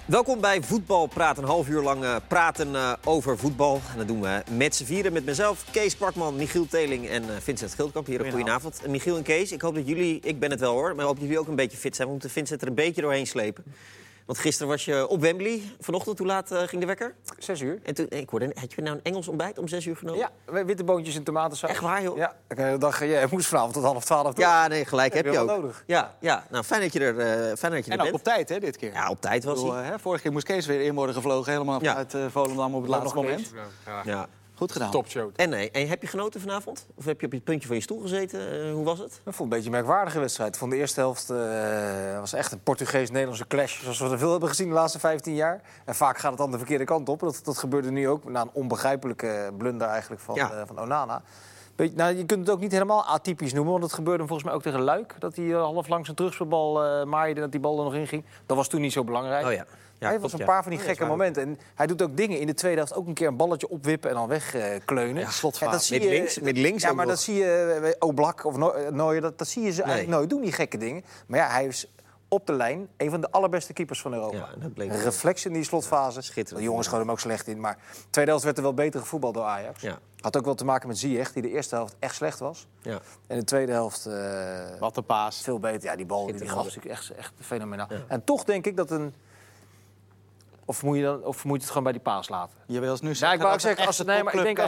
Welkom bij Voetbal Praat. Een half uur lang praten over voetbal. En dat doen we met z'n vieren. Met mezelf, Kees Kwakman, Michiel Teling en Vincent Schildkamp. Hier een goedenavond. Michiel en Kees, ik hoop dat jullie, ik ben het wel hoor, maar ik hoop dat jullie ook een beetje fit zijn. We moeten Vincent er een beetje doorheen slepen. Want gisteren was je op Wembley. Vanochtend, hoe laat ging de wekker? 6 uur. En toen, ik hoorde, had je nou een Engels ontbijt om 6 uur genomen? Ja, witte boontjes en tomatensaus. Echt waar, joh? Ja, ik dacht, je moest vanavond tot 11:30 door. Ja, nee, gelijk heb je ook. Nodig. Ja. Nou, fijn dat je er bent. En ook op tijd, hè, dit keer. Ja, op tijd was hij. Vorige keer moest Kees weer in worden gevlogen, helemaal uit Volendam op het laatste moment. Ja. Goed gedaan. Topshow. En heb je genoten vanavond? Of heb je op het puntje van je stoel gezeten? Hoe was het? Ik vond het een beetje een merkwaardige wedstrijd. Van de eerste helft was echt een Portugees-Nederlandse clash. Zoals we er veel hebben gezien de laatste 15 jaar. En vaak gaat het dan de verkeerde kant op. Dat gebeurde nu ook na een onbegrijpelijke blunder eigenlijk van Onana. Nou, je kunt het ook niet helemaal atypisch noemen. Want het gebeurde volgens mij ook tegen Luik. Dat hij half langs een terugspeelbal maaide. Dat die bal er nog in ging. Dat was toen niet zo belangrijk. Oh ja. Ja, hij was een paar van die gekke momenten. En hij doet ook dingen in de tweede helft. Ook een keer een balletje opwippen en dan wegkleunen. Ja, slotfase. Met links ja, maar dat zie je Oblak of Neuer. Dat zie je ze eigenlijk nooit doen, die gekke dingen. Maar ja, hij is op de lijn een van de allerbeste keepers van Europa. Ja, dat bleek reflex in die slotfase. Schitterend. De jongens schoten hem ook slecht in. Maar de tweede helft werd er wel beter gevoetbald door Ajax. Ja. Had ook wel te maken met Ziyech, die de eerste helft echt slecht was. Ja. En de tweede helft Wat een paas. veel beter. Ja, die bal die gaf natuurlijk echt fenomenaal. Ja. En toch denk ik dat een... Of moet je het gewoon bij die paas laten? Je wil nu Ja, zeggen ik wou ook dat zeggen, echt maar ik denk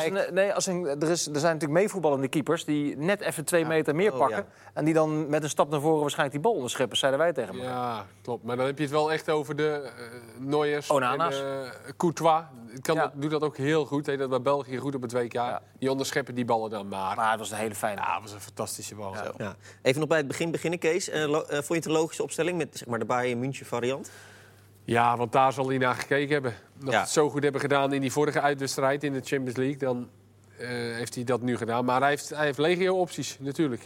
er zijn natuurlijk meevoetballende keepers die net even 2 meter meer pakken. Ja. En die dan met een stap naar voren waarschijnlijk die bal onderscheppen, zeiden wij tegen elkaar. Ja, klopt. Maar dan heb je het wel echt over de Neuers Onana's. en Courtois. Ja. Doet dat ook heel goed. Heet dat bij België goed op het WK. Ja. Die onderscheppen die ballen dan maar. Maar het was een hele fijne. Ja, het was een fantastische bal. Ja. Ja. Even nog bij het begin beginnen, Kees. Vond je het een logische opstelling met zeg maar, de Bayern München variant? Ja, want daar zal hij naar gekeken hebben. Dat Ja. we het zo goed hebben gedaan in die vorige uitwedstrijd in de Champions League. Dan heeft hij dat nu gedaan. Maar hij heeft legio opties natuurlijk.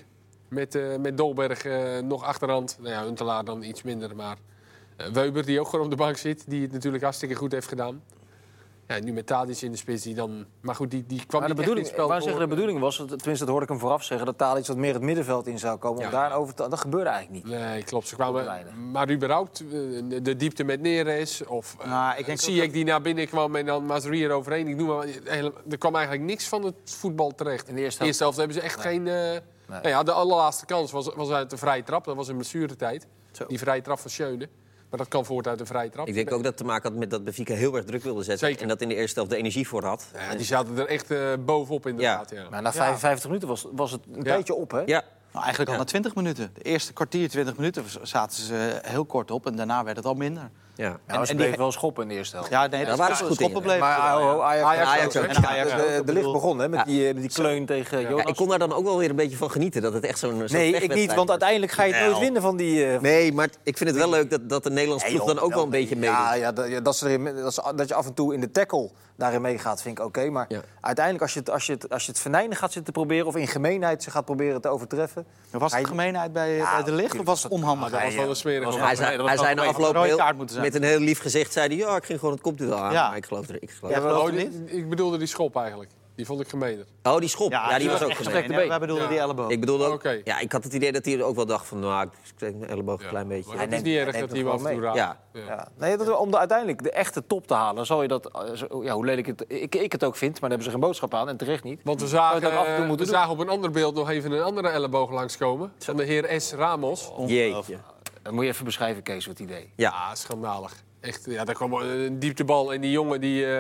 Met Dolberg nog achterhand. Nou ja, Huntelaar dan iets minder. Maar Weber, die ook gewoon op de bank zit. Die het natuurlijk hartstikke goed heeft gedaan. Ja, nu met Tadic in de spits. Die dan, maar goed, die kwam Maar niet echt in het spel. de bedoeling was, tenminste dat hoorde ik hem vooraf zeggen, dat Tadic wat meer het middenveld in zou komen. Ja. Om daar over te, dat gebeurde eigenlijk niet. Nee, klopt. Ze Heel kwamen, weinig. maar überhaupt de diepte met Neres of Nou, ik denk Ziyech die naar binnen kwam en dan Mazraoui eroverheen. Ik noem maar, er kwam eigenlijk niks van het voetbal terecht. In de eerste De eerste helft hebben ze echt geen... Nou ja, de allerlaatste kans was uit de vrije trap. Dat was in blessuretijd. Die vrije trap van Schöne. Maar dat kan voort uit een vrije trap. Ik denk ook dat het te maken had met dat Benfica heel erg druk wilde zetten. Zeker. En dat in de eerste helft de energie voor had. Ja, die zaten er echt bovenop inderdaad. Ja. Maar na 55 minuten was het een tijdje op, hè? Ja. Nou, eigenlijk al na 20 minuten. De eerste kwartier, 20 minuten zaten ze heel kort op. En daarna werd het al minder. Ja. Nou, ze bleven wel schoppen in de eerste helft. Ja, nee, Daar waren ze goed in, schoppen bleven. Maar Ajax ook. En Ajax ook. De licht begon hè, met die kleun tegen Jonas. Ja, ik kon daar dan ook wel weer een beetje van genieten. Dat het echt zo'n Nee, ik vechtwedstrijd niet, want was. uiteindelijk ga je het nooit winnen van die... Nee, maar ik vind het wel leuk dat de Nederlandse ploeg dan ook wel een beetje meedoet. Dat je af en toe in de tackle daarin meegaat, vind ik oké. Maar Ja. uiteindelijk, als je het venijnen gaat zitten proberen... of in gemeenheid ze gaat proberen te overtreffen... Was het gemeenheid bij de licht of was het onhandig? Dat was wel een smerige Hij zei na afloop rode heel, kaart moeten zijn. met een heel lief gezicht... zei hij, ja, ik ging gewoon het kopduel aan. Ja. Maar ik geloof er. Ja, Oh, ik bedoelde die schop eigenlijk. Die vond ik gemeener. Oh, die schop. Ja, die was ook gemeen. gestrekte been. Wij bedoelden die elleboog. Ik bedoelde ook... Oké. Ja, ik had het idee dat hij ook wel dacht van... Nou, ik steek mijn elleboog een klein beetje. Maar het is neemt- niet hij erg neemt dat hij hem hem af en toe gewoon raakt. Ja. Ja. Nee, om uiteindelijk de echte top te halen, zal je dat... hoe lelijk ik het ook vind, maar daar hebben ze geen boodschap aan en terecht niet. Want we Zou je dat af en toe zagen, moeten we doen? zagen op een ander beeld nog even een andere elleboog langskomen. Van de heer S. Ramos. Jeetje. Dat moet je even beschrijven, Kees, wat idee. Ja. Ja, schandalig. Echt, ja, daar kwam een dieptebal en die jongen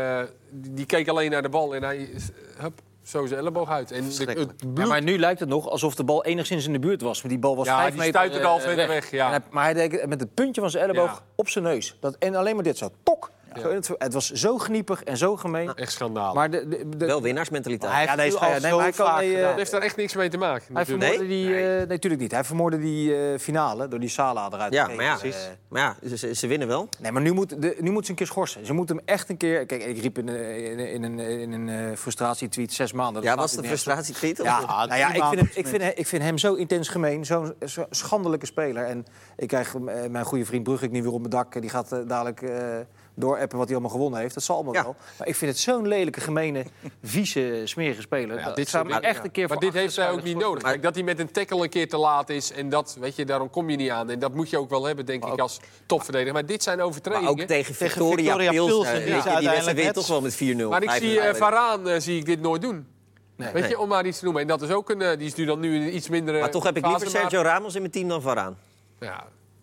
die keek alleen naar de bal en hij hup, zo zijn elleboog uit. En het Ja, bloed, maar nu lijkt het nog alsof de bal enigszins in de buurt was. Maar die bal was 5 die meter stuitte er al verder weg. Ja. Maar hij deed het met het puntje van zijn elleboog Ja. op zijn neus. En alleen maar dit zo, tok. Ja. Zo het was zo gniepig en zo gemeen. Echt schandalig. Maar Wel winnaarsmentaliteit. Hij Ja, nee, heeft schei- al nee, zo maar hij kan- vaak nee, gedaan. dat heeft daar echt niks mee te maken. hij natuurlijk. vermoordde die... Nee, natuurlijk niet. Hij vermoordde die finale door die Salah eruit te Ja, trekken. maar ja, ze winnen wel. Nee, maar nu moet ze een keer schorsen. Ze moeten hem echt een keer... Kijk, ik riep in een frustratie-tweet 6 maanden. Ja, Dat was slaat de niet nergens op. frustratie-tweet? Ja, Of- nou ja, prima. ik vind hem zo intens gemeen, zo'n schandelijke speler. En ik krijg mijn goede vriend Brugge niet weer op mijn dak. Die gaat dadelijk doorappen wat hij allemaal gewonnen heeft. Dat zal allemaal wel. Maar ik vind het zo'n lelijke, gemene, vieze, smerige speler. Ja, dit zou me echt een keer maar dit heeft hij ook niet nodig. Kijk, dat hij met een tackle een keer te laat is. En dat, weet je, daarom kom je niet aan. En dat moet je ook wel hebben, denk ik, als topverdediger. Maar dit zijn overtredingen. Maar ook tegen Victoria Pilsen. Die wedstrijd wint toch wel met 4-0. Maar ik zie Varaan zie ik dit nooit doen. Nee. Weet je, om maar iets te noemen. En dat is ook die is nu dan een iets minder. Maar toch heb ik liever Sergio Ramos in mijn team dan Varaan. Ja.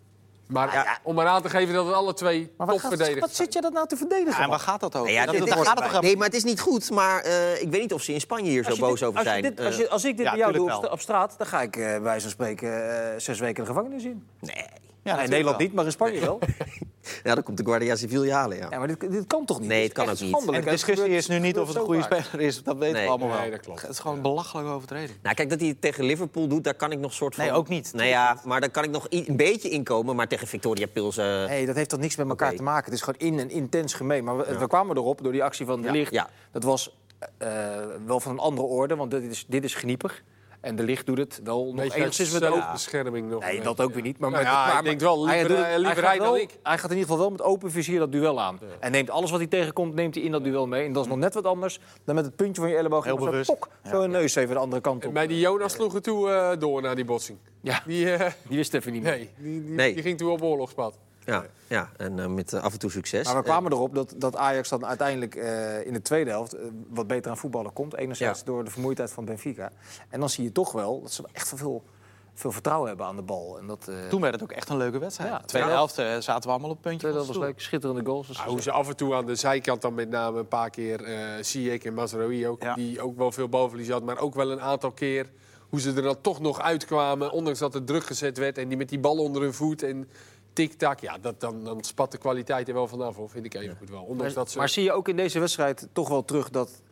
Maar om maar aan te geven dat het alle twee topverdedigers Wat zit je dat nou te verdedigen? Ja, waar gaat dat over? Nee, maar het is maar ik weet niet of ze in Spanje hier zo boos over zijn. Als ik dit bij jou doe op straat, dan ga ik bij wijze van spreken 6 weken de gevangenis in. Nee. Ja, in Nederland niet, maar in Spanje wel. Ja, dan komt de Guardia Civil je halen, ja. Ja, maar dit kan toch niet? Nee, het kan ook niet. En de discussie is nu niet of het een goede speler is. Dat weten we allemaal wel. Nee, dat klopt. Het is gewoon een belachelijke overtreding. Nou, kijk, dat hij het tegen Liverpool doet, daar kan ik nog soort van... Nee, ook niet. Nou ja, maar daar kan ik nog een beetje inkomen. Maar tegen Victoria Pilsen... Nee, dat heeft toch niks met elkaar te maken. Het is gewoon intens gemeen. Maar we kwamen erop door die actie van De Ligt. Ja. Dat was wel van een andere orde, want dit is geniepig. En De Ligt doet het wel nog enigszins met zelfbescherming nog. Nee, dat ook weer niet. Maar, Maar ik denk wel, liever hij dan ik. Hij gaat in ieder geval wel met open vizier dat duel aan. Ja. En neemt alles wat hij tegenkomt, neemt hij in dat duel mee. En dat is nog net wat anders dan met het puntje van je elleboog. Heel bewust. Zo een neus even de andere kant op. Bij die Jonas sloeg het toe door naar die botsing. Ja, die wist even niet meer. Die ging toen op oorlogspad. Ja, en met af en toe succes. Maar we kwamen erop dat Ajax dan uiteindelijk in de tweede helft wat beter aan voetballen komt. Enerzijds door de vermoeidheid van Benfica. En dan zie je toch wel dat ze echt veel vertrouwen hebben aan de bal. En dat, toen werd het ook echt een leuke wedstrijd. Ja, de tweede helft zaten we allemaal op het puntje. Dat was leuk, schitterende goals. Dus hoe ze af en toe aan de zijkant dan met name een paar keer... Ziyech en Mazraoui ook, die ook wel veel balverlies had. Maar ook wel een aantal keer hoe ze er dan toch nog uitkwamen. Ondanks dat er druk gezet werd en die met die bal onder hun voet... en tik-tak, ja, dan spat de kwaliteit er wel vanaf, hoor, vind ik even goed wel. Maar zie je ook in deze wedstrijd toch wel terug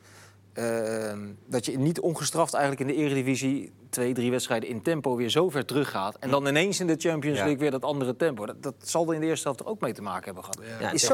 dat je niet ongestraft eigenlijk in de Eredivisie 2-3 wedstrijden in tempo weer zo ver teruggaat. En dan ineens in de Champions League weer dat andere tempo. Dat zal er in de eerste helft er ook mee te maken hebben gehad. Ja, is zo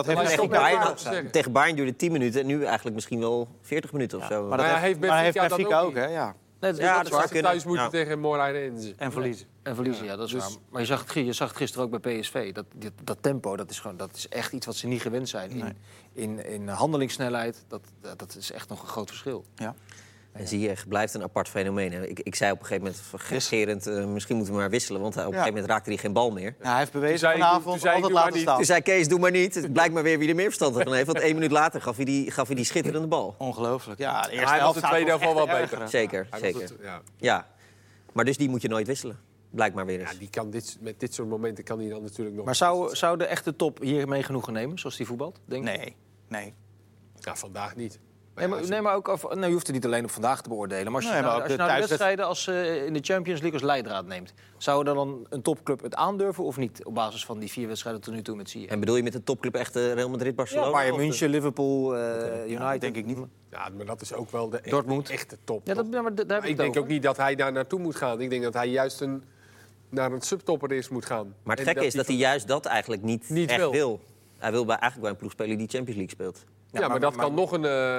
tegen Bayern duurde 10 minuten en nu eigenlijk misschien wel 40 minuten of zo. Maar dat heeft Benfica ook, hè? Ja. Nee, dat is waar. Thuis moeten tegen Moreirense. En verliezen. Ja, dat is waar. Maar je zag het gisteren ook bij PSV. Dat tempo, dat is echt iets wat ze niet gewend zijn. In handelingssnelheid, dat is echt nog een groot verschil. Ja. En Ziyech blijft een apart fenomeen. Ik zei op een gegeven moment, gekscherend, misschien moeten we maar wisselen. Want op een gegeven moment raakte hij geen bal meer. Ja, hij heeft bewezen vanavond altijd laten staan. Toen zei Kees, doe maar niet. Het blijkt maar weer wie er meer verstand van heeft. Want 1 minuut later gaf hij die schitterende bal. Ongelooflijk. Ja, de eerste helft, de tweede helft wel beter. Zeker. Ja. Maar dus die moet je nooit wisselen. Blijkbaar weer eens. Ja, die kan met dit soort momenten kan hij dan natuurlijk nog... Maar zou de echte top hiermee genoegen nemen, zoals die voetbalt? Denk je? Nee. Ja, vandaag niet. Maar ook je hoeft het niet alleen op vandaag te beoordelen. Maar als je nou de wedstrijden in de Champions League als leidraad neemt... zou dan een topclub het aandurven of niet? Op basis van die 4 wedstrijden tot nu toe met Ziyech. En bedoel je met een topclub echt Real Madrid, Barcelona? Bayern München, Liverpool, United. Denk ik niet. Ja, maar dat is ook wel de echte top. Ja, maar ik denk ook niet dat hij daar naartoe moet gaan. Ik denk dat hij juist naar een subtopper is moet gaan. Maar het gekke is dat hij juist dat eigenlijk niet echt wil. Hij wil eigenlijk bij een ploeg spelen die Champions League speelt. Ja, maar dat kan nog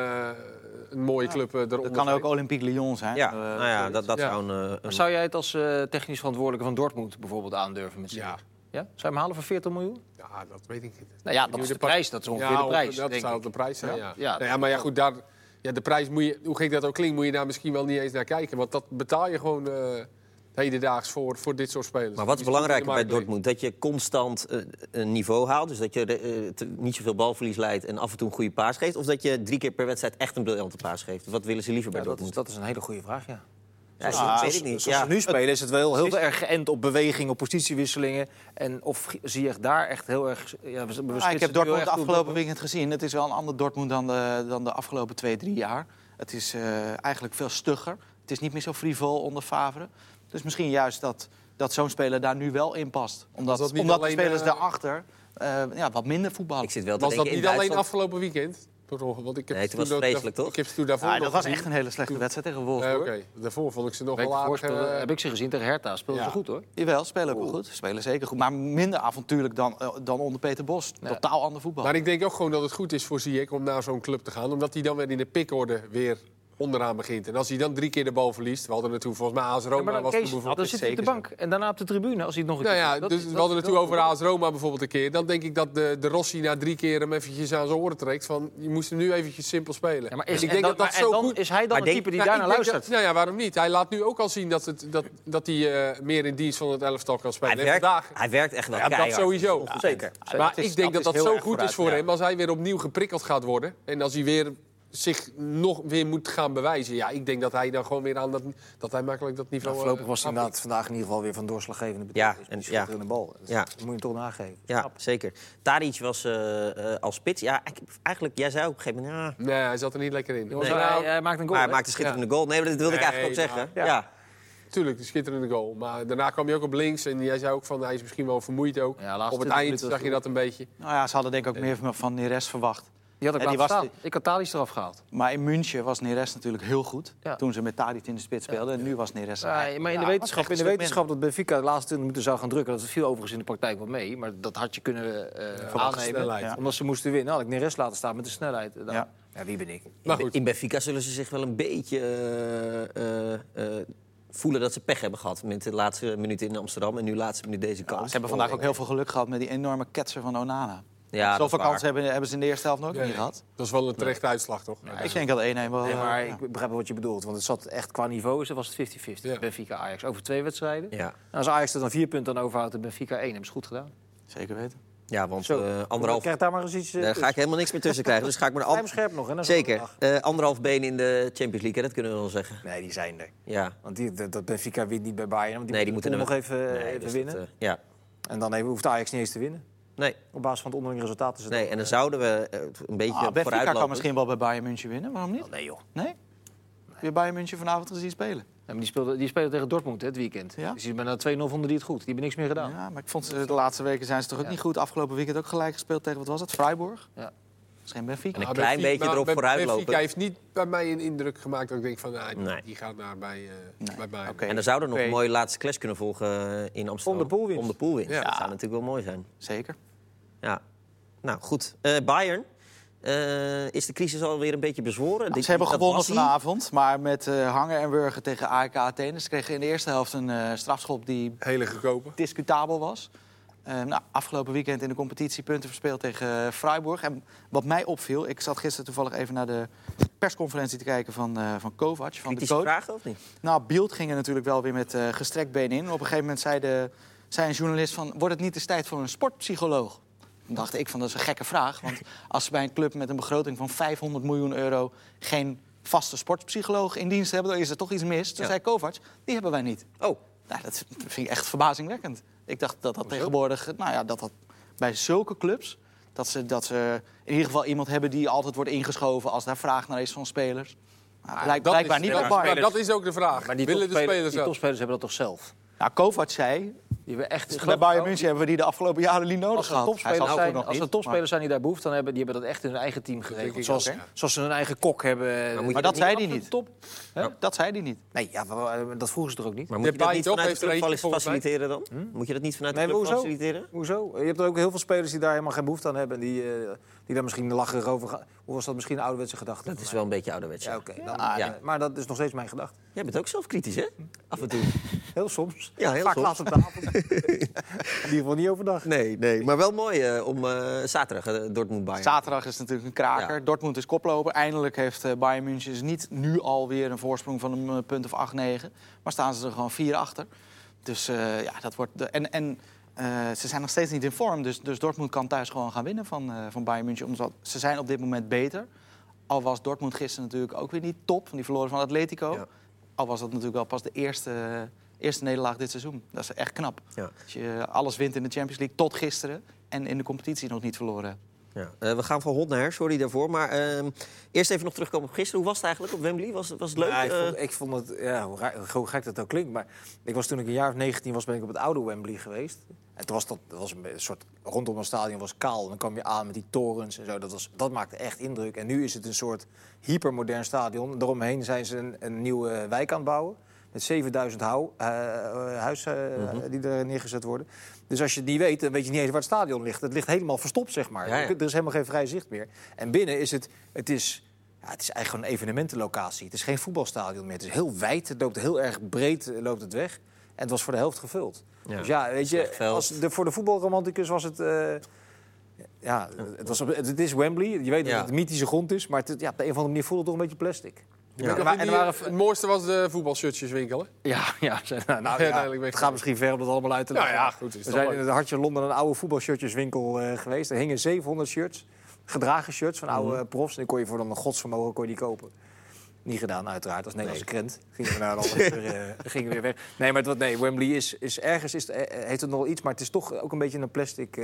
een mooie club eronder. Dat kan ook Olympique Lyon zijn. Ja, dat zou een... Zou jij het als technisch verantwoordelijke van Dortmund bijvoorbeeld aandurven met Ziyech? Ja. Zou je hem halen voor 40 miljoen? Ja, dat weet ik niet. Nou ja, dat is de prijs. Dat is ongeveer de prijs. Dat zou de prijs zijn, ja. Maar ja, goed, de prijs moet je... Hoe gek dat ook klinkt, moet je daar misschien wel niet eens naar kijken. Want dat betaal je gewoon... hedendaags voor dit soort spelers. Maar wat is belangrijker bij Dortmund? Dat je constant een niveau haalt. Dus dat je niet zoveel balverlies leidt en af en toe een goede paas geeft. Of dat je 3 keer per wedstrijd echt een briljante paas geeft. Wat willen ze liever bij Dortmund? Dat is een hele goede vraag, ja. Weet ik niet. Zoals ze nu spelen is het wel heel erg geënt op beweging, op positiewisselingen. En of zie je daar echt heel erg... ik heb Dortmund de afgelopen weekend gezien. Het is wel een ander Dortmund dan de afgelopen 2-3 jaar. Het is eigenlijk veel stugger. Het is niet meer zo frivol onder Favre. Dus misschien juist dat zo'n speler daar nu wel in past. Omdat de spelers daarachter wat minder voetballen. Ik zit wel te was denken, dat niet alleen afgelopen weekend? Want ik heb het was vreselijk, toch? Ik heb ze toen daarvoor dat was echt een hele slechte wedstrijd tegen Wolfsburg. Daarvoor vond ik ze nog wel aardig. Heb ik ze gezien tegen Hertha. Speelden ze goed, hoor. Jawel, spelen ook wel goed. Spelen zeker goed. Maar minder avontuurlijk dan onder Peter Bos. Totaal ander voetbal. Maar ik denk ook gewoon dat het goed is voor Ziyech om naar zo'n club te gaan. Omdat hij dan weer in de pikorde weer onderaan begint. En als hij dan 3 keer de bal verliest... We hadden het toen volgens mij AS Roma maar was Kees, toen bijvoorbeeld... dan zit hij op de bank en daarna op de tribune als hij het nog een Nou keer... ja, dus we hadden het toen over AS Roma bijvoorbeeld een keer. Dan denk ik dat de Rossi na 3 keer hem eventjes aan zijn oren trekt. Van, je moest hem nu eventjes simpel spelen. Ja, maar ik denk dat zo goed is hij dan een type die daarnaar luistert? Nou ja, waarom niet? Hij laat nu ook al zien dat hij meer in dienst van het elftal kan spelen. Hij werkt echt wel Ja, keihard. dat sowieso. Ja, zeker. Maar ik denk dat zo goed is voor hem. hem als hij weer opnieuw geprikkeld gaat worden. En als hij weer zich nog weer moet gaan bewijzen. Ja, ik denk dat hij dan gewoon weer aan dat hij makkelijk dat niveau... Voorlopig was hij inderdaad vandaag in ieder geval weer van doorslaggevende betekenis. Die schitterende bal. Dat moet je toch nageven. Ja, zeker. Tadic was als spits. Ja, eigenlijk, jij zei ook op een gegeven moment... Nee, hij zat er niet lekker in. Hij maakt een goal. Maar hij maakte een schitterende goal. Nee, maar dat wilde ik eigenlijk ook zeggen. Ja. Tuurlijk, de schitterende goal. Maar daarna kwam hij ook op links. En jij zei ook van, hij is misschien wel vermoeid ook. Ja, op het eind zag je dat een beetje. Nou ja, ze hadden denk ik ook meer van Neres verwacht. Die had ik laten staan. Ik had Tadic eraf gehaald. Maar in München was Neres natuurlijk heel goed. Ja. Toen ze met Tadic in de spits speelden. En nu was Neres... Maar in de wetenschap dat Benfica de laatste 20 minuten zou gaan drukken... dat viel overigens in de praktijk wel mee. Maar dat had je kunnen aannemen. Ja. Omdat ze moesten winnen. Had ik Neres laten staan met de snelheid. Ja, wie ben ik? Maar goed. In Benfica zullen ze zich wel een beetje... voelen dat ze pech hebben gehad met de laatste minuten in Amsterdam... en nu de laatste minuut deze kans. Ze hebben vandaag ook heel veel geluk gehad met die enorme ketser van Onana. Ja, zoveel kansen hebben ze in de eerste helft nog niet gehad. Dat is wel een terechte uitslag, toch? Ja, ik denk dat 1-1 wel... Nee, maar ik begrijp wat je bedoelt. Want het zat echt qua niveau, was het 50-50. Ja. Benfica-Ajax over 2 wedstrijden. Ja. En als Ajax er dan 4 punten aan overhoudt en Benfica 1, hebben ze goed gedaan. Zeker weten. Ja, want Krijg daar maar eens iets daar ga ik helemaal niks meer tussen krijgen. Dus ga ik maar scherp nog, hè? Zeker. 1,5 been in de Champions League, hè? Dat kunnen we wel zeggen. Nee, die zijn er. Ja. Want dat Benfica wint niet bij Bayern. Want die moeten nog even dus winnen. Ja. En dan hoeft Ajax niet eens te winnen. Nee. Op basis van het onderlinge resultaat is het en dan zouden we een beetje Benfica vooruitlopen. kan misschien wel bij Bayern München winnen. Waarom niet? Nee, joh. Nee? Heb je Bayern München vanavond gezien spelen? Ja, maar die spelen tegen Dortmund het weekend. Ja? Dus bijna 2-0 vonden die het goed. Die hebben niks meer gedaan. Ja, maar ik vond ze de laatste weken zijn ze toch ook niet goed. Afgelopen weekend ook gelijk gespeeld tegen, wat was het, Freiburg? Ja. Dat is geen Benfica. En een klein beetje erop vooruitlopen. Benfica heeft niet bij mij een indruk gemaakt dat ik denk van... Nee. die gaat daar bij Bayern. Oké. En dan zou er nog een mooie laatste clash kunnen volgen in Amsterdam. Om de poolwinst. Ja. Dat zou natuurlijk wel mooi zijn. Zeker. Ja. Nou, goed. Bayern. Is de crisis alweer een beetje bezworen? Ze hebben gewonnen vanavond, maar met hangen en wurgen tegen AEK Athene. Ze kregen in de eerste helft een strafschop die Hele goedkope. discutabel was. Afgelopen weekend in de competitie punten verspeeld tegen Freiburg. En wat mij opviel, ik zat gisteren toevallig even naar de persconferentie te kijken van Kovac, van de coach. Vragen of niet? Nou, Bild ging er natuurlijk wel weer met gestrekt been in. Op een gegeven moment zei een journalist van... wordt het niet eens tijd voor een sportpsycholoog? Dan dacht ik van, dat is een gekke vraag. Want als ze bij een club met een begroting van 500 miljoen euro... geen vaste sportpsycholoog in dienst hebben, dan is er toch iets mis. Toen zei Kovac, die hebben wij niet. Oh. Nou, dat vind ik echt verbazingwekkend. Ik dacht dat tegenwoordig... Nou ja, dat bij zulke clubs... Dat ze in ieder geval iemand hebben die altijd wordt ingeschoven... als daar vraag naar is van spelers. Nou, blijkbaar niet bij Bayern. Maar dat is ook de vraag. Maar Willen de spelers die topspelers hebben dat toch zelf? Nou, Kovac zei... Die hebben echt, bij Bayern München hebben we die de afgelopen jaren niet nodig als er gehad. topspelers zijn die daar behoefte aan hebben... die hebben dat echt in hun eigen team geregeld. Zoals ze hun eigen kok hebben. Maar dat zei hij niet. Top. Dat zei hij niet. Nee, dat vroegen ze toch ook niet? Maar moet je dat niet vanuit de club faciliteren dan? Moet je dat niet vanuit de club faciliteren? Hoezo? Je hebt er ook heel veel spelers die daar helemaal geen behoefte aan hebben... en die daar misschien lacherig over gaan. Hoe was dat misschien een ouderwetse gedachte? Dat is wel een beetje ouderwets. Ja, oké. Maar dat is nog steeds mijn gedachte. Jij bent ook zelf kritisch, hè? Af en toe. Heel soms. Ja, heel vaak soms. laat op de avond. In ieder geval niet overdag. Nee. Maar wel mooi om zaterdag Dortmund-Bayern. Zaterdag is natuurlijk een kraker. Ja. Dortmund is koploper. Eindelijk heeft Bayern München dus niet nu alweer een voorsprong van een punt of 8-9. Maar staan ze er gewoon 4 achter. Dus dat wordt... ze zijn nog steeds niet in vorm. Dus Dortmund kan thuis gewoon gaan winnen van Bayern München. Omdat ze zijn op dit moment beter. Al was Dortmund gisteren natuurlijk ook weer niet top. Want die verloren van Atletico. Ja. Al was dat natuurlijk wel pas de eerste nederlaag dit seizoen. Dat is echt knap. Ja. Als je alles wint in de Champions League tot gisteren... en in de competitie nog niet verloren hebt. Ja. We gaan van hot naar her, sorry daarvoor. Maar eerst even nog terugkomen op gisteren. Hoe was het eigenlijk op Wembley? Was het leuk? Ja, ik vond het, hoe gek dat ook klinkt. Maar toen ik een jaar of 19 was, ben ik op het oude Wembley geweest. En toen was een soort, rondom het stadion was kaal. En dan kwam je aan met die torens en zo. Dat maakte echt indruk. En nu is het een soort hypermodern stadion. Daaromheen zijn ze een nieuwe wijk aan het bouwen. Met 7000 huizen die er neergezet worden. Dus als je het niet weet, dan weet je niet eens waar het stadion ligt. Het ligt helemaal verstopt, zeg maar. Ja. Er is helemaal geen vrij zicht meer. En binnen is het is Ja, het is eigenlijk gewoon een evenementenlocatie. Het is geen voetbalstadion meer. Het is heel wijd, het loopt heel erg breed loopt het weg. En het was voor de helft gevuld. Ja. Dus ja, weet je, voor de voetbalromanticus was het... het is Wembley. Je weet dat het een mythische grond is. Maar op de een of andere manier voelde het toch een beetje plastic. Het mooiste was de voetbalshirtjeswinkel, hè? Het gaat misschien ver om dat allemaal uit te leggen. Nou ja, goed. We zijn in het hartje Londen een oude voetbalshirtjeswinkel geweest. Er hingen 700 shirts, gedragen shirts van oude profs. En die kon je voor dan een godsvermogen kopen. Niet gedaan, uiteraard. Als Nederlandse krent. Gingen we naar een andere gingen weer weg. Nee, maar Wembley is ergens heeft het nog wel iets, maar het is toch ook een beetje een plastic.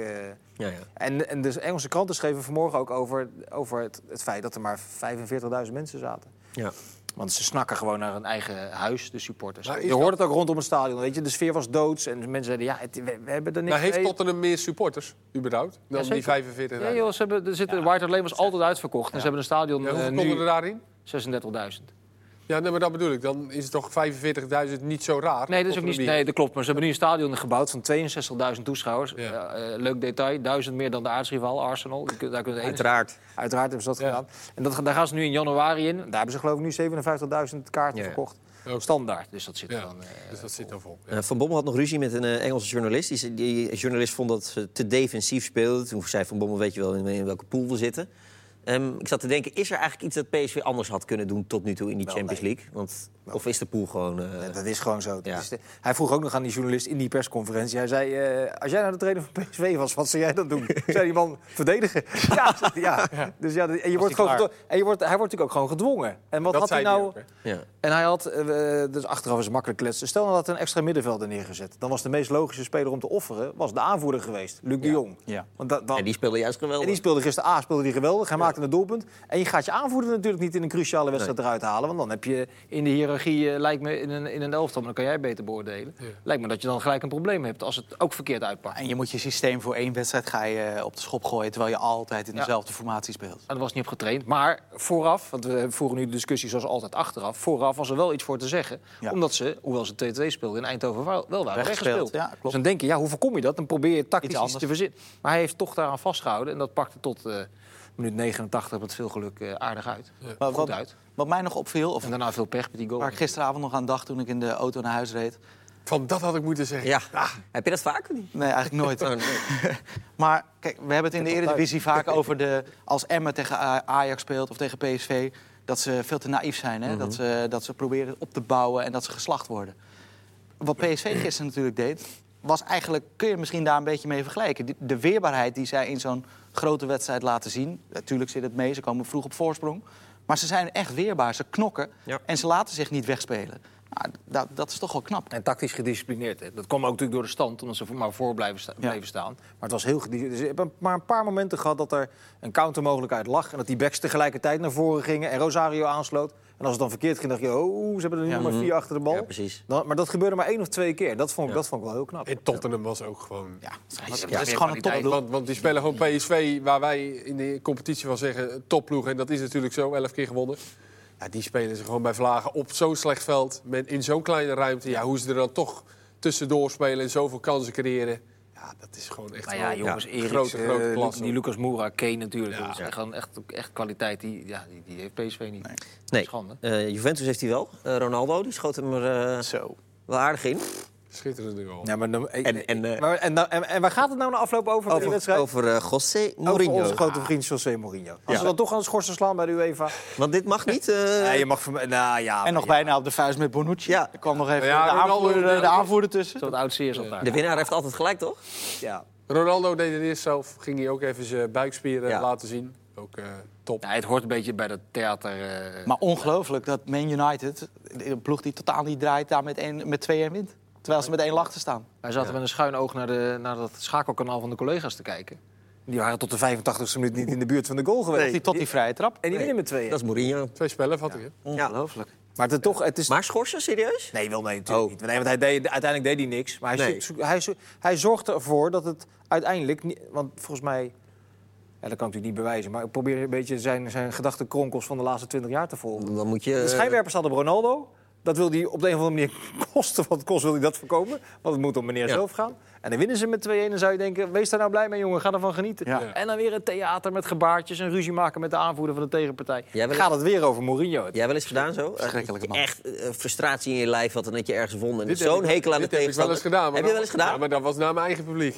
En de Engelse kranten schreven vanmorgen ook over het feit dat er maar 45.000 mensen zaten. Ja. Want ze snakken gewoon naar een eigen huis, de supporters. Je hoort het ook rondom het stadion, weet je. De sfeer was doods en mensen zeiden, we hebben er niks mee. Maar heeft Tottenham meer supporters, überhaupt, dan die 45.000? Ja, joh, White Hart Lane was altijd uitverkocht. En ze hebben een stadion hoeveel konden er daarin? 36.000. Ja, nee, maar dat bedoel ik. Dan is het toch 45.000 niet zo raar? Nee, dat is ook niet. Nee, dat klopt. Maar ze hebben nu een stadion gebouwd van 62.000 toeschouwers. Ja. Leuk detail. 1000 meer dan de aartsrivaal Arsenal. Uiteraard hebben ze dat gedaan. En daar gaan ze nu in januari in. Daar hebben ze geloof ik nu 57.000 kaarten verkocht. Standaard. Dus dat zit er dan. Dus dat zit dan vol. Van Bommel had nog ruzie met een Engelse journalist. Die journalist vond dat ze te defensief speelden. Toen zei Van Bommel, weet je wel in welke pool we zitten. Ik zat te denken, is er eigenlijk iets dat PSV anders had kunnen doen tot nu toe in die Champions League? Of is de pool gewoon... dat is gewoon zo. Ja. Hij vroeg ook nog aan die journalist in die persconferentie. Hij zei, als jij nou de trainer van PSV was, wat zou jij dan doen? Zei die man, verdedigen. Ja. Dus ja, en je wordt gewoon hij wordt natuurlijk ook gewoon gedwongen. En wat dat had hij nou... Ook, en hij had, dus achteraf is het makkelijk kletsen. Stel nou dat een extra middenvelder neergezet. Dan was de meest logische speler om te offeren, was de aanvoerder geweest, Luc de Jong. Ja. En die speelde juist geweldig. En die speelde gisteren geweldig. Hij maakte een doelpunt. En je gaat je aanvoerder natuurlijk niet in een cruciale wedstrijd eruit halen. Want dan heb je in de hiërarchie, lijkt me, in een elftal, maar dan kan jij beter beoordelen. Ja. Lijkt me dat je dan gelijk een probleem hebt als het ook verkeerd uitpakt. En je moet je systeem voor één wedstrijd ga je op de schop gooien, terwijl je altijd in dezelfde formatie speelt. En dat was niet op getraind. Maar vooraf, want we voeren nu de discussie zoals altijd achteraf, vooraf was er wel iets voor te zeggen. Ja. Omdat ze, hoewel ze 2-2 speelden, in Eindhoven wel waren weggespeeld. Ja, klopt. Dus dan denk je, hoe voorkom je dat? Dan probeer je tactisch iets te verzinnen. Maar hij heeft toch daaraan vastgehouden en dat pakte tot... minuut 89 met veel geluk aardig uit. Ja. Wat mij nog opviel... En daarna veel pech met die goal. Waar ik gisteravond nog aan dacht toen ik in de auto naar huis reed. Van dat had ik moeten zeggen. Ja. Heb je dat vaak? Nee, eigenlijk nooit. Maar kijk, we hebben het in de Eredivisie vaak over als Emmen tegen Ajax speelt of tegen PSV... dat ze veel te naïef zijn. Hè? Mm-hmm. Dat ze proberen op te bouwen en dat ze geslacht worden. Wat PSV gisteren natuurlijk deed... was eigenlijk, kun je misschien daar een beetje mee vergelijken. De weerbaarheid die zij in zo'n grote wedstrijd laten zien. Natuurlijk zit het mee, ze komen vroeg op voorsprong. Maar ze zijn echt weerbaar, ze knokken en ze laten zich niet wegspelen. Nou, dat is toch wel knap. En tactisch gedisciplineerd. Hè. Dat kwam ook natuurlijk door de stand, omdat ze maar voor bleven staan. Maar het was heel gedisciplineerd. Ze hebben maar een paar momenten gehad dat er een countermogelijkheid lag. En dat die backs tegelijkertijd naar voren gingen en Rosario aansloot. En als het dan verkeerd ging, dacht je, ze hebben er nu maar 4 achter de bal. Ja, precies. Maar dat gebeurde maar 1 of 2 keer. Dat vond ik wel heel knap. En Tottenham was ook gewoon... dat is gewoon een topploeg. Want die spelen gewoon PSV, waar wij in de competitie van zeggen topploeg. En dat is natuurlijk zo, 11 keer gewonnen. Ja, die spelen ze gewoon bij vlagen op zo'n slecht veld. In zo'n kleine ruimte. Ja, hoe ze er dan toch tussendoor spelen en zoveel kansen creëren. Ja, dat is gewoon echt jongens, grote klasse. Die Lucas Moura, Kane natuurlijk. Dat is gewoon echt kwaliteit. Die heeft PSV niet. Nee. Schande. Juventus heeft hij wel. Ronaldo, die schoot hem er wel aardig in. Schitterende goal. Ja, en waar gaat het nou na afloop over de wedstrijd? Over José Mourinho. Over onze grote vriend José Mourinho. Als we dan toch aan het schorsen slaan bij de UEFA. Want dit mag niet. Je mag en nog bijna op de vuist met Bonucci. Ja. Er kwam nog even de aanvoerder tussen. Zo'n oud zeer zat daar. De winnaar heeft altijd gelijk, toch? Ja. Ronaldo deed het eerst zelf. Ging hij ook even zijn buikspieren laten zien. Ook top. Ja, het hoort een beetje bij dat theater. Maar ongelooflijk dat Man United, een ploeg die totaal niet draait, daar met 2-1 wint. Terwijl ze met 1 te staan. Wij zaten met een schuin oog naar dat schakelkanaal van de collega's te kijken. Die waren tot de 85e minuut niet in de buurt van de goal geweest. Nee, tot die vrije trap. En die winnen met 2-1. Dat is Mourinho. 2 spellen vat ik. Ongelooflijk. Maar het is... Maar schorsen, serieus? Nee, natuurlijk niet. Nee, want uiteindelijk deed hij niks. Maar hij zorgde ervoor dat het uiteindelijk... Want volgens mij... Ja, dat kan ik natuurlijk niet bewijzen. Maar ik probeer een beetje zijn gedachtenkronkels van de laatste 20 jaar te volgen. Dan moet je... De schijnwerpers hadden Ronaldo. Dat wil hij op de een of andere manier kosten wat het kost, wil hij dat voorkomen. Want het moet om meneer zelf gaan. En dan winnen ze met 2-1. Dan zou je denken, wees daar nou blij mee, jongen. Ga ervan genieten. Ja. En dan weer een theater met gebaartjes en ruzie maken met de aanvoerder van de tegenpartij. Jij wel Gaat het weer over Mourinho. Jij wel eens gedaan zo? Verschrikkelijke man. Echt frustratie in je lijf had en dat je ergens won. En Dit heb zo'n ik- hekel aan de dit heb ik wel tegenstander. eens gedaan. maar Heb je wel eens gedaan? Ja, maar dat was naar mijn eigen publiek.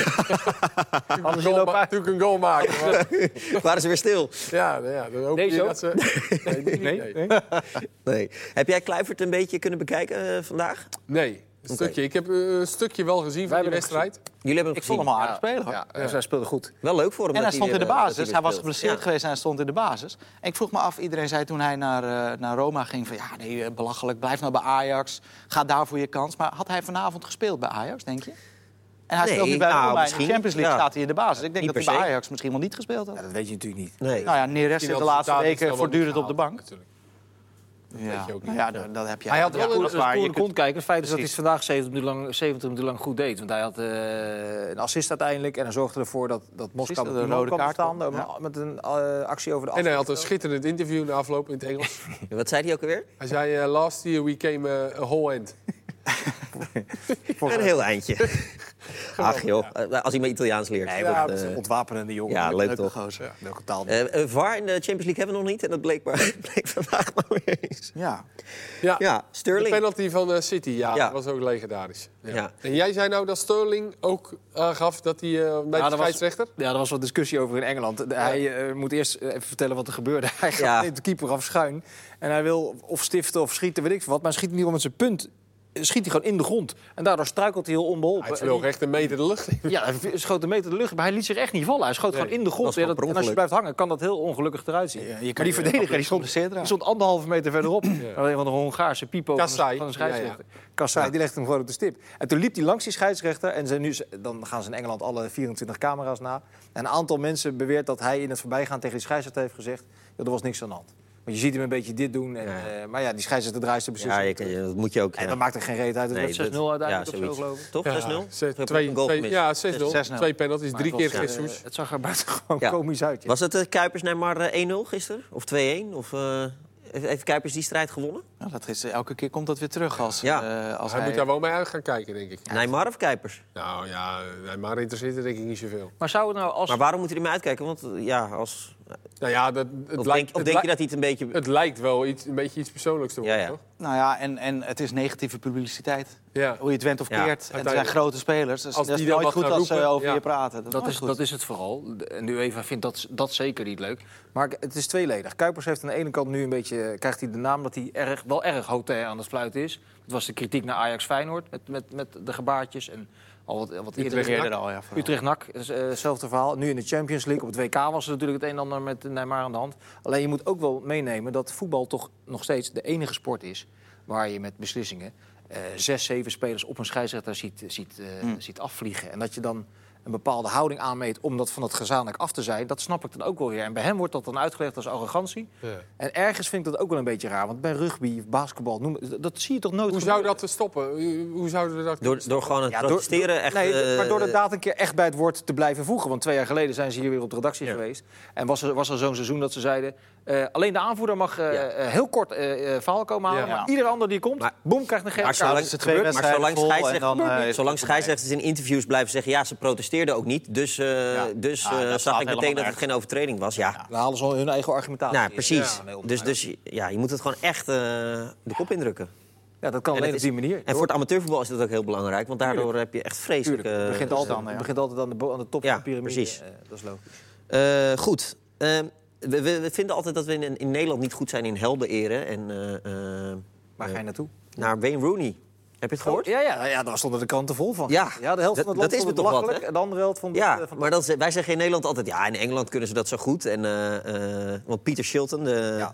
Anders je loopt uit. Toen ik een goal maakte. maar- Waren ze weer stil? Ja, dan hoop Deze je ook? dat ze... Nee, die niet, nee. Nee. Heb jij Kluivert een beetje kunnen bekijken vandaag? Nee, een stukje. Ik heb een stukje wel gezien van die hebben hem wedstrijd. Jullie hebben hem Ik vond hem gezien. al aardig spelen, hoor. Ja, dus hij speelde goed. Wel leuk voor hem. En hij dat stond in de weer, basis. dat Hij was speelt. geblesseerd Ja. geweest en hij stond in de basis. En ik vroeg me af, iedereen zei toen hij naar Roma ging... van ja, nee, belachelijk, blijf nou bij Ajax. Ga daar voor je kans. Maar had hij vanavond gespeeld bij Ajax, denk je? En hij Nee, speelt nu bij nou, Roma. In de misschien, Champions League ja. staat hij in de basis. Ik denk Niet dat hij per bij se. Ajax misschien wel niet gespeeld had. Ja, dat weet je natuurlijk niet. Nee. Nou ja, Neres zit de laatste weken voortdurend op de bank. Natuurlijk. Ja, je ook niet. nou ja, dat heb je. Hij had wel dat een is waar. Je scoorde kunt- kont kijken. Het feit is dat hij Precies. het vandaag 70 minuten lang goed deed. Want hij had een assist uiteindelijk. En hij zorgde ervoor dat Moskou de met die rode man kwam kaart te staan. kwam. Ja. Met een actie over de En hij had een afstand. schitterend interview na afloop in het Engels. Wat zei hij ook alweer? Hij zei, last year we came a whole end. Een heel eindje. Ach joh, als hij maar Italiaans leert. Nee, Dat, maar dat is een ontwapenende jongen. ja, leuk Leuke toch. gozer. Welke taal. VAR in de Champions League hebben we nog niet. En dat bleek vandaag maar weer eens. Ja. Ja, Ja, de Sterling. penalty van City, ja, Ja. dat was ook legendarisch. Ja. Ja. En jij zei nou dat Sterling ook aangaf dat hij bij de dat was- scheidsrechter... Ja, er was wat discussie over in Engeland. Hij moet eerst even vertellen wat er gebeurde. Hij gaat Ja. neemt de keeper af schuin. En hij wil of stiften of schieten, weet ik veel wat. Maar hij schiet in ieder geval met zijn punt. Schiet hij gewoon in de grond. En daardoor struikelt hij heel onbeholpen. Hij vloog echt een meter de lucht in. Ja, hij schoot een meter de lucht, maar hij liet zich echt niet vallen. Hij schoot gewoon in de grond. was gewoon Ja, per en als je ongeluk. blijft hangen, kan dat heel ongelukkig eruit zien. Je Maar kan die verdediger die geblesseerd stond raken. 1,5 meter verderop. Een van de Hongaarse pipo Kassai. van de scheidsrechter. Ja, Kassai, die legde hem gewoon op de stip. En toen liep hij langs die scheidsrechter. En dan gaan ze in Engeland alle 24 camera's na. En een aantal mensen beweert dat hij in het voorbijgaan tegen die scheidsrechter heeft gezegd... er was niks aan de hand. Want je ziet hem een beetje dit doen. En, maar ja, die scheidsrechter draait zijn Ja, beslissing. dat moet je ook. En ja. dat maakt er geen reet uit. Het Nee, werd 6-0 dat- uiteindelijk ja, of zo, zoiets. geloof ik. Toch? 6-0? Een goal gemist. Ja, 6-0. 6-0. 2 penalties, 3 keer Jesus. Het zag er buitengewoon Ja. komisch uit. Ja. Was het Kuipers naar maar 1-0 gisteren? Of 2-1? Of heeft Kuipers die strijd gewonnen? Nou, dat is, elke keer komt dat weer terug als, Ja. als Hij moet daar wel mee uit gaan kijken, denk ik. Neymar of Kuipers? Nou ja, maar interesseert er denk ik niet zoveel. Maar zou het nou als... Maar waarom moet hij er mee uitkijken? Want ja, als... Nou ja, Of denk je dat hij het een beetje... Het lijkt wel een beetje iets persoonlijks te worden, Ja, ja. toch? Nou ja, en het is negatieve publiciteit. Ja. Hoe je het went of Ja. keert. En het zijn Uiteindelijk. grote spelers. Dus Als dat is die dan nooit wat goed gaan als ze roepen, over ja. je praten. Dat is nooit goed. Dat is het vooral. En de UEFA vindt dat zeker niet leuk. Maar het is tweeledig. Kuipers heeft aan de ene kant nu een beetje... krijgt hij de naam dat hij wel erg hotel aan het fluiten is. Dat was de kritiek naar Ajax-Feyenoord met de gebaartjes en al wat eerder. Eerder al, ja. vooral. Utrecht-NAC, hetzelfde verhaal. Nu in de Champions League, op het WK was er natuurlijk het een en ander met Neymar aan de hand. Alleen je moet ook wel meenemen dat voetbal toch nog steeds de enige sport is... waar je met beslissingen 6, 7 spelers op een scheidsrechter ziet afvliegen. En dat je dan een bepaalde houding aanmeet om dat van het gezamenlijk af te zijn... dat snap ik dan ook wel weer. En bij hem wordt dat dan uitgelegd als arrogantie. Ja. En ergens vind ik dat ook wel een beetje raar. Want bij rugby, basketbal, dat zie je toch nooit Hoe zou dat te stoppen? Hoe zouden we dat Door gewoon het Ja, protesteren echt... maar door inderdaad een keer echt bij het woord te blijven voegen. Want 2 jaar geleden zijn ze hier weer op de redactie geweest. En was er zo'n seizoen dat ze zeiden... alleen de aanvoerder mag heel kort verhaal komen halen. Ja. Maar ieder ander die komt, Maar- boem, krijgt een gele Maar kaart. zolang, ze twee maar wedstrijden zolang, vol en scheidsrechters, dan, zolang scheidsrechters in interviews blijven zeggen... ja, ze protesteerden ook niet, dus dat zag slaat ik meteen helemaal dat het nergens. geen overtreding was. Ja, Dan halen ze al hun eigen argumentatie. nou, precies. Ja, nee, Dus ja, je moet het gewoon echt de kop indrukken. ja, dat kan En alleen het op is- die manier. En voor het amateurvoetbal is dat ook heel belangrijk, want daardoor heb je echt vreselijke... Tuurlijk, het begint altijd, ja. het begint altijd aan de top Ja, van de piramide. precies. Dat is logisch. Goed. We vinden altijd dat we in Nederland niet goed zijn in helden eren. En Waar ga je naartoe? naar Wayne Rooney. Heb je het gehoord? Ja, daar stonden de kranten vol van. Ja. De helft van Dat het land is vond het me toch wat, belachelijk. hè? En de andere helft vond het... Ja, van- maar wij zeggen in Nederland altijd... ja, in Engeland kunnen ze dat zo goed. En, want Peter Shilton, de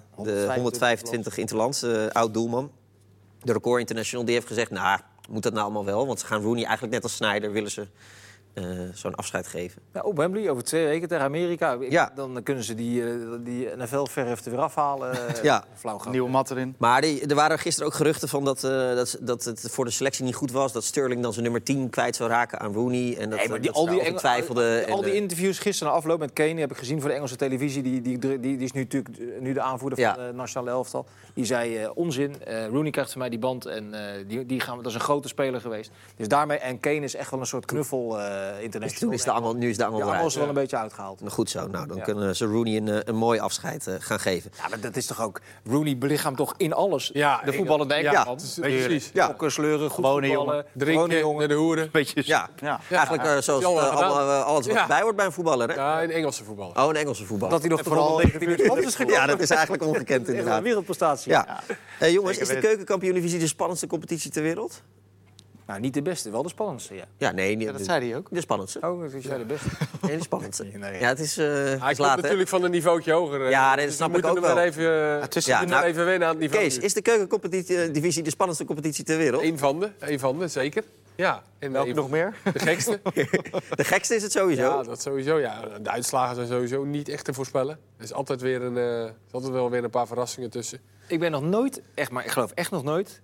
125 interlands, oud-doelman... de record international, die heeft gezegd... nou, moet dat nou allemaal wel? Want ze gaan Rooney eigenlijk net als Sneijder... willen ze zo'n afscheid geven. Ja, op Wembley, over 2 weken tegen Amerika. Ja. Dan kunnen ze die NFL-verf er weer afhalen. Ja. Flauw gaan. Nieuwe mat erin. Maar er waren gisteren ook geruchten van dat het voor de selectie niet goed was. Dat Sterling dan zijn nummer 10 kwijt zou raken aan Rooney. En dat, Nee, maar dat ze daarover twijfelden. al die interviews gisteren na afloop met Kane heb ik gezien voor de Engelse televisie. Die is nu natuurlijk nu de aanvoerder van de nationale elftal. Die zei onzin. Rooney krijgt van mij die band en dat is een grote speler geweest. Dus daarmee, en Kane is echt wel een soort knuffel international. Dus nu is de angel de angel eruit. is er wel een beetje uitgehaald. Goed zo. Nou, dan kunnen ze Rooney een mooi afscheid gaan geven. Ja, maar dat is toch ook... Rooney belichaamt toch in alles Ja, de voetballende Engeland. Ja, precies. Ja. Gokken, sleuren, goed Gewone voetballen. Drinken, naar de hoeren. Beetje Ja, ja. eigenlijk zoals alles wat erbij hoort bij een voetballer. Hè? Ja, in Engelse voetbal. Oh, een Engelse voetballer. Dat hij nog vooral 19 uur land is gekomen. Ja, dat is eigenlijk ongekend Echt een inderdaad. wereldprestatie. Ja. Jongens, is de weten. Keukenkampioen-divisie de spannendste competitie ter wereld? Nou, niet de beste, wel de spannendste. Ja. Ja, nee. Ja, dat zei hij ook. De spannendste. Oh, dat is jij de beste. Nee, de spannendste. Nee. Ja, het is Hij laat, komt hè? natuurlijk van een niveautje hoger. Ja, nee, dat dus snap we ik moeten ook er wel. even, tussen- Ja, we moeten nou, even wennen aan het niveau. Kees, is de Keukenkampioen-divisie de spannendste competitie ter wereld? Eén van de, zeker. Ja. En Welke nog meer? De gekste. De gekste is het sowieso. Ja, dat sowieso. Ja. De uitslagen zijn sowieso niet echt te voorspellen. Er is altijd, altijd wel weer een paar verrassingen tussen. Ik ben nog nooit, echt, maar ik geloof echt nog nooit...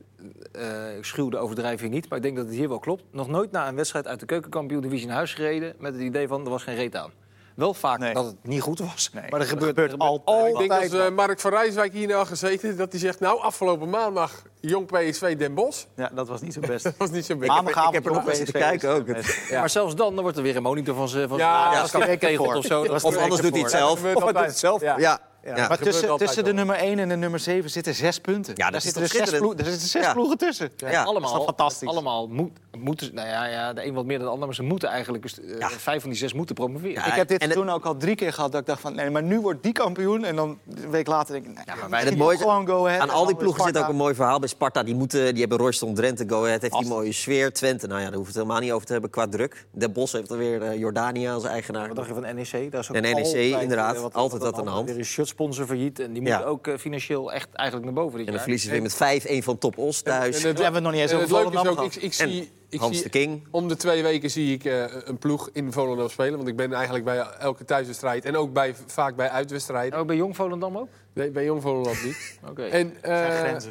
ik schuw de overdrijving niet, maar ik denk dat het hier wel klopt... nog nooit na een wedstrijd uit de Keukenkampioen-divisie naar huis gereden... met het idee van, er was geen reet aan. Wel vaak dat het niet goed was, Nee, maar er dat gebeurt altijd. Ik denk dat Mark van Rijswijk hier nou gezeten... dat hij zegt, nou, afgelopen maandag jong PSV Den Bosch. Ja, dat was niet zo best. Dat was niet zo best. Maandagavond Ik heb er nog op eens te PSV kijken ook. Ja. Maar zelfs dan wordt er weer een monitor van zijn Ja, als hij kegelt of zo. Of anders doet hij het zelf. Of hij doet het zelf. Ja. Ja. Maar gebeurt tussen altijd de wel. nummer 1 en de nummer 7 zitten 6 punten. Ja, dat Daar is zitten toch er 6 schitterend? ploegen, er zitten 6 Ja. ploegen tussen. Ja. Allemaal, dat is toch fantastisch? Allemaal moeten, nou ja, de een wat meer dan de ander, maar ze moeten eigenlijk, 5 van die 6 moeten promoveren. Ja. Ik heb dit En toen ook al 3 keer gehad dat ik dacht van... nee, maar nu wordt die kampioen. En dan een week later denk ik... nee, Maar misschien het mooie, gewoon Go Ahead. aan en al die dan ploegen zit ook Sparta. een mooi verhaal. Bij Sparta, die hebben Royston Drenthe, Go Ahead heeft die Ast. mooie sfeer. Twente, nou ja, daar hoeft het helemaal niet over te hebben qua druk. Den Bosch heeft er weer Jordania als eigenaar. Wat dacht je van NEC? Daar is ook En NEC, altijd, inderdaad, altijd wat aan de hand. Er is shirtsponsor failliet en die moeten ook financieel echt eigenlijk naar boven dit En dan jaar. verliezen ze weer met 5-1 van Top Os thuis. En Daar hebben we het nog niet eens en over het leuke is Volendam ook, gehad. ik Hans zie de King. om de 2 weken zie ik een ploeg in Volendam spelen. Want ik ben eigenlijk bij elke thuiswedstrijd en ook vaak bij uitwedstrijden. Oh, bij Jong Volendam ook? Nee, bij Jong Volendam niet. Oké. En, grenzen.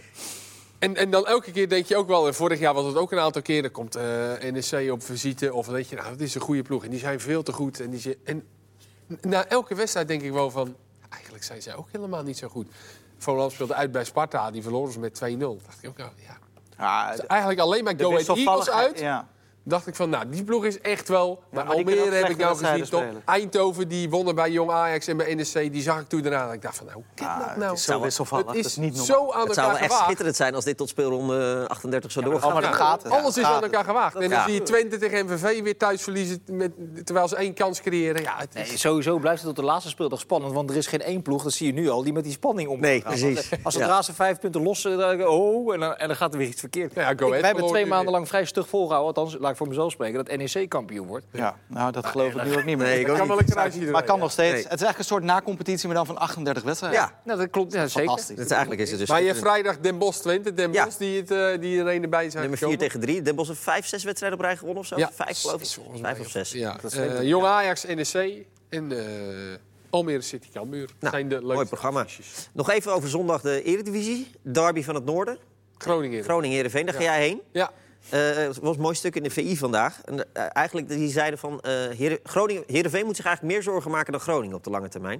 en dan elke keer denk je ook wel... en vorig jaar was het ook een aantal keren... komt NEC op visite of weet je... nou, dat is een goede ploeg en die zijn veel te goed. En na elke wedstrijd denk ik wel van... eigenlijk zijn zij ook helemaal niet zo goed. Volendam speelde uit bij Sparta, die verloren ze met 2-0. Dacht ik ook, ja... Ja, Dus eigenlijk alleen maar de Go Ahead Eagles wisselvalligheid, uit. Ja. Dacht ik van, nou, die ploeg is echt wel... maar maar die kunnen Almere ook heb ik nou slechte gezien, toch? wedstrijden Eindhoven, die wonnen bij Jong Ajax en bij NEC. Die zag ik toen daarna. En ik dacht van, nou, hoe kan dat nou? Het is zo wisselvallig. Het Dat is is niet normaal. zo aan Het zou elkaar wel echt gewaagd. schitterend zijn als dit tot speelronde 38 zo doorgaat. maar dat gaat het. Alles is gaat aan elkaar gewaagd. En dan Ja. zie je Twente tegen MVV weer thuis verliezen... terwijl ze 1 kans creëren. Ja, het is... Nee, sowieso blijft het tot de laatste speeldag spannend, want er is geen één ploeg, dat zie je nu al, die met die spanning om Nee, gaat. precies. Als het Ja. laatste 5 punten lossen, dan en dan gaat er weer iets verkeerd. Ja, Go Ahead Wij hebben verloor 2 nu maanden weer. lang vrij stug volgehouden, althans, laat ik voor mezelf spreken, dat NEC kampioen wordt. Ja, nou, dat geloof ik nu ook niet meer. Nee, ik Dat ook kan wel niet. een kruisje Maar erbij, het kan nog steeds. Nee. Het is eigenlijk een soort na-competitie, maar dan van 38 wedstrijden. Ja, Nou, dat klopt, ja, zeker. Fantastisch. dat is, eigenlijk is het dus Maar je hebt schitterend. vrijdag Den Bosch Twente. Den Ja. Bosch die er een erbij zijn Nummer 4 gekomen. tegen 3. Den Bosch heeft 5, 6 wedstrijden op rij gewonnen of zo? Ja. 5 geloof ik. 6 volgens mij. 5 of 6. Ja. Dat is zeker. Jong Ajax, NEC en Almere City Cambuur. Nou, zijn de leukste mooi programma. affiches. Nog even over zondag de Eredivisie. Derby van het Noorden. Groningen. Groningen-Heerenveen, daar ga jij heen. Ja. Het was een mooi stuk in de VI vandaag. En, eigenlijk die zeiden van Heerenveen moet zich eigenlijk meer zorgen maken dan Groningen op de lange termijn.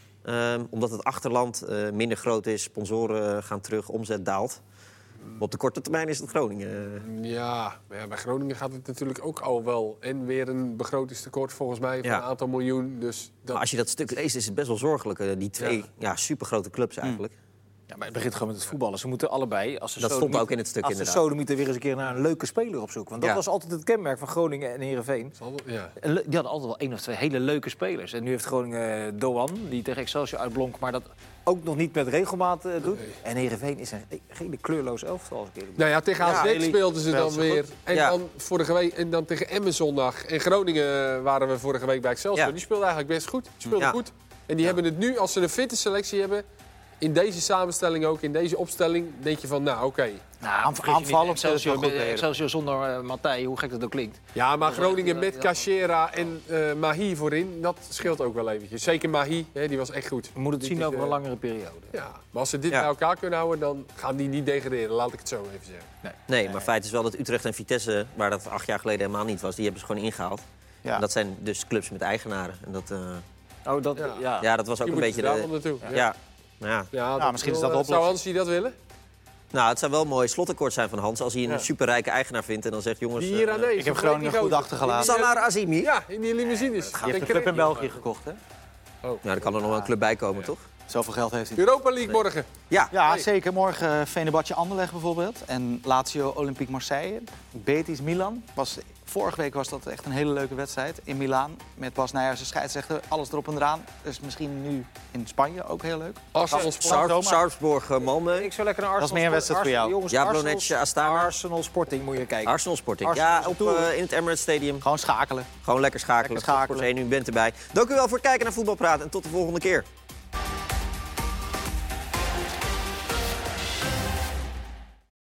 Omdat het achterland minder groot is, sponsoren gaan terug, omzet daalt. Maar op de korte termijn is het Groningen. Ja, maar ja, bij Groningen gaat het natuurlijk ook al wel. En weer een begrotingstekort volgens mij van Ja. een aantal miljoen. Dus dat... Maar als je dat stuk leest, is het best wel zorgelijk. Die twee supergrote clubs eigenlijk. Ja, maar het begint gewoon met het voetballen. Ze moeten allebei, als ze Dat stond ook in het stuk, als ze inderdaad. sodemieter weer eens een keer naar een leuke speler op zoek. Want dat Ja. was altijd het kenmerk van Groningen en Heerenveen. Ja. Die hadden altijd wel 1 of 2 hele leuke spelers. En nu heeft Groningen Doan, die tegen Excelsior uitblonk, maar dat ook nog niet met regelmaat doet. Nee. En Heerenveen is een hele kleurloos elftal, als ik eerlijk ben. Nou ja, tegen AZ Ja, speelden ze dan speelt ze weer. goed. En Ja. dan vorige week en dan tegen Emmen zondag. En Groningen waren we vorige week bij Excelsior. Ja. Die speelde eigenlijk best goed. Die speelde Ja. goed. En die hebben het nu, als ze een fitte selectie hebben... in deze samenstelling ook, in deze opstelling, denk je van, nou oké. Aanvallend Excelsior zonder Matthij, hoe gek dat ook klinkt. Ja, maar Groningen met Cachera en Mahi voorin, dat scheelt ook wel eventjes. Zeker Mahi, die was echt goed. We moeten het zien over een langere periode. Ja, maar als ze dit bij elkaar kunnen houden, dan gaan die niet degraderen. Laat ik het zo even zeggen. Nee, maar feit is wel dat Utrecht en Vitesse, waar dat 8 jaar geleden helemaal niet was, die hebben ze gewoon ingehaald. Ja. En dat zijn dus clubs met eigenaren. En dat, dat was ook Die een beetje... daar naartoe. misschien is dat de oplossing. Zou Hansi dat willen? Nou, het zou wel een mooi slotakkoord zijn van Hans als hij een superrijke eigenaar vindt en dan zegt jongens... Die hier aan deze. Ik heb Groningen goed achtergelaten. Salar Azimi? Ja, in die limousines. Je heeft een club in België gekocht, hè? Nou, er kan er nog wel een club bij komen, toch? Zoveel geld heeft hij. Europa League morgen. Ja, zeker. Morgen Fenerbahce Anderlecht bijvoorbeeld. En Lazio Olympique Marseille. Betis Milan. Vorige week was dat echt een hele leuke wedstrijd in Milaan. Met Bas Nijhuis als scheidsrechter. Alles erop en eraan. Dus misschien nu in Spanje ook heel leuk. Salzburg, Malmö. Ik zou lekker naar Arsenal. Dat is meer een wedstrijd voor jou. Jongens, Jablonec, Astana. Arsenal Sporting moet je kijken. Arsenal Sporting. In het Emirates Stadium. Gewoon schakelen. Gewoon lekker schakelen. Voor 1 uur bent erbij. Dank u wel voor het kijken naar Voetbalpraat en tot de volgende keer.